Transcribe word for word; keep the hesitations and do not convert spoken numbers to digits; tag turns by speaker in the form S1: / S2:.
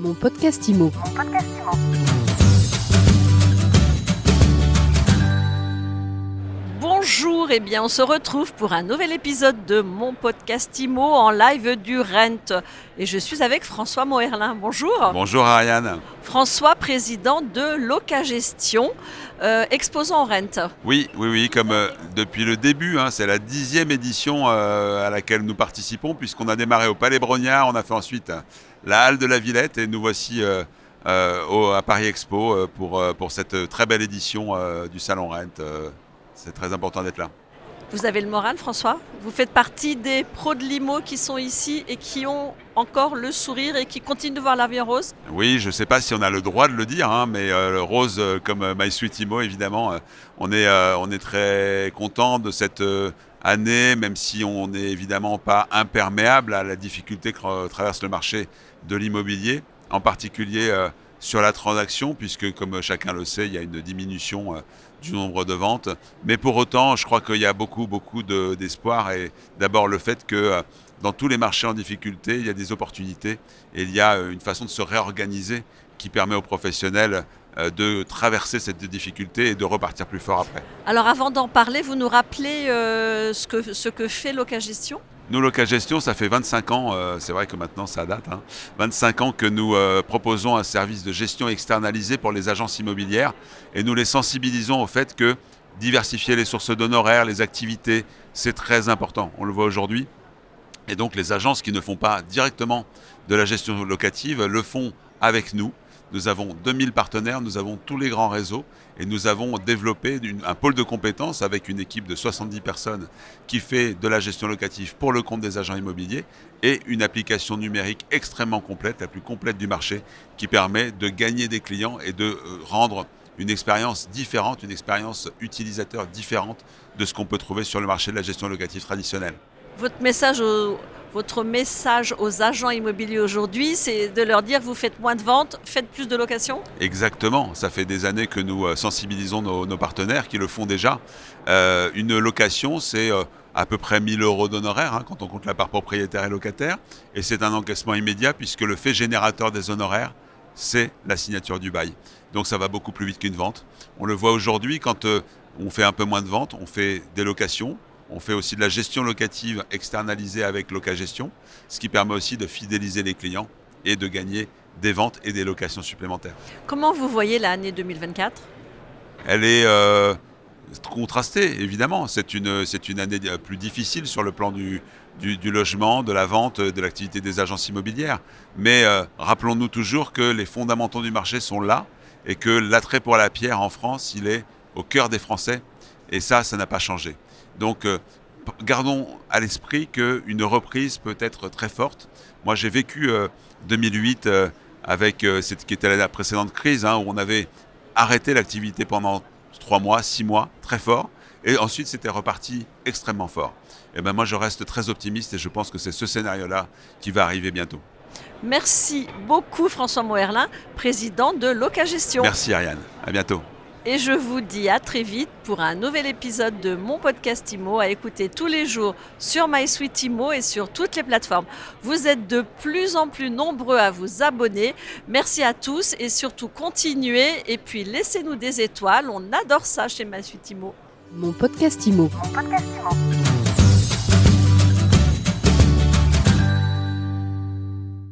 S1: Mon podcast Imo.
S2: Mon podcast Imo.
S3: Bonjour, et eh bien on se retrouve pour un nouvel épisode de mon podcast Imo en live du Rent. Et je suis avec François Moerlin. Bonjour.
S4: Bonjour Ariane.
S3: François, président de Locagestion, euh, exposant au Rent.
S4: Oui, oui, oui, comme euh, depuis le début, hein, c'est la dixième édition euh, à laquelle nous participons, puisqu'on a démarré au Palais Brognard, on a fait ensuite euh, la Halle de la Villette, et nous voici euh, euh, au, à Paris Expo euh, pour, euh, pour cette très belle édition euh, du Salon Rent. Euh, c'est très important d'être là.
S3: Vous avez le moral, François ? Vous faites partie des pros de l'I M O qui sont ici et qui ont encore le sourire et qui continuent de voir la vie en rose ?
S4: Oui, je ne sais pas si on a le droit de le dire, hein, mais euh, rose euh, comme euh, My Sweet Imo, évidemment, euh, on, est, euh, on est très content de cette euh, année, même si on n'est évidemment pas imperméable à la difficulté que euh, traverse le marché de l'immobilier, en particulier euh, sur la transaction, puisque comme chacun le sait, il y a une diminution euh, du nombre de ventes. Mais pour autant, je crois qu'il y a beaucoup, beaucoup de, d'espoir. Et d'abord le fait que euh, dans tous les marchés en difficulté, il y a des opportunités et il y a une façon de se réorganiser qui permet aux professionnels euh, de traverser cette difficulté et de repartir plus fort après.
S3: Alors avant d'en parler, vous nous rappelez euh, ce, que, ce que fait Locagestion ?
S4: Nous, Locagestion, ça fait vingt-cinq ans, euh, c'est vrai que maintenant ça date, hein, vingt-cinq ans que nous euh, proposons un service de gestion externalisé pour les agences immobilières et nous les sensibilisons au fait que diversifier les sources d'honoraires, les activités, c'est très important. On le voit aujourd'hui. Et donc les agences qui ne font pas directement de la gestion locative le font avec nous. Nous avons deux mille partenaires, nous avons tous les grands réseaux et nous avons développé une, un pôle de compétences avec une équipe de soixante-dix personnes qui fait de la gestion locative pour le compte des agents immobiliers et une application numérique extrêmement complète, la plus complète du marché, qui permet de gagner des clients et de rendre une expérience différente, une expérience utilisateur différente de ce qu'on peut trouver sur le marché de la gestion locative traditionnelle.
S3: Votre message, au, votre message aux agents immobiliers aujourd'hui, c'est de leur dire vous faites moins de ventes, faites plus de locations ?
S4: Exactement, ça fait des années que nous sensibilisons nos, nos partenaires qui le font déjà. Euh, une location, c'est euh, à peu près mille euros d'honoraires hein, quand on compte la part propriétaire et locataire. Et c'est un encaissement immédiat puisque le fait générateur des honoraires, c'est la signature du bail. Donc ça va beaucoup plus vite qu'une vente. On le voit aujourd'hui quand euh, on fait un peu moins de ventes, on fait des locations. On fait aussi de la gestion locative externalisée avec Locagestion, ce qui permet aussi de fidéliser les clients et de gagner des ventes et des locations supplémentaires.
S3: Comment vous voyez l'année deux mille vingt-quatre ?
S4: Elle est euh, contrastée, évidemment. C'est une, c'est une année plus difficile sur le plan du, du, du logement, de la vente, de l'activité des agences immobilières. Mais euh, rappelons-nous toujours que les fondamentaux du marché sont là et que l'attrait pour la pierre en France, il est au cœur des Français. Et ça, ça n'a pas changé. Donc, euh, gardons à l'esprit qu'une reprise peut être très forte. Moi, j'ai vécu euh, deux mille huit euh, avec euh, cette qui était la précédente crise, hein, où on avait arrêté l'activité pendant trois mois, six mois, très fort. Et ensuite, c'était reparti extrêmement fort. Et ben moi, je reste très optimiste et je pense que c'est ce scénario-là qui va arriver bientôt.
S3: Merci beaucoup, François Moerlin, président de Locagestion.
S4: Merci, Ariane. À bientôt.
S3: Et je vous dis à très vite pour un nouvel épisode de mon podcast Imo à écouter tous les jours sur My Sweet Imo et sur toutes les plateformes. Vous êtes de plus en plus nombreux à vous abonner. Merci à tous et surtout continuez et puis laissez-nous des étoiles. On adore ça chez My Sweet Imo.
S1: Mon podcast Imo.
S2: Mon podcast Imo.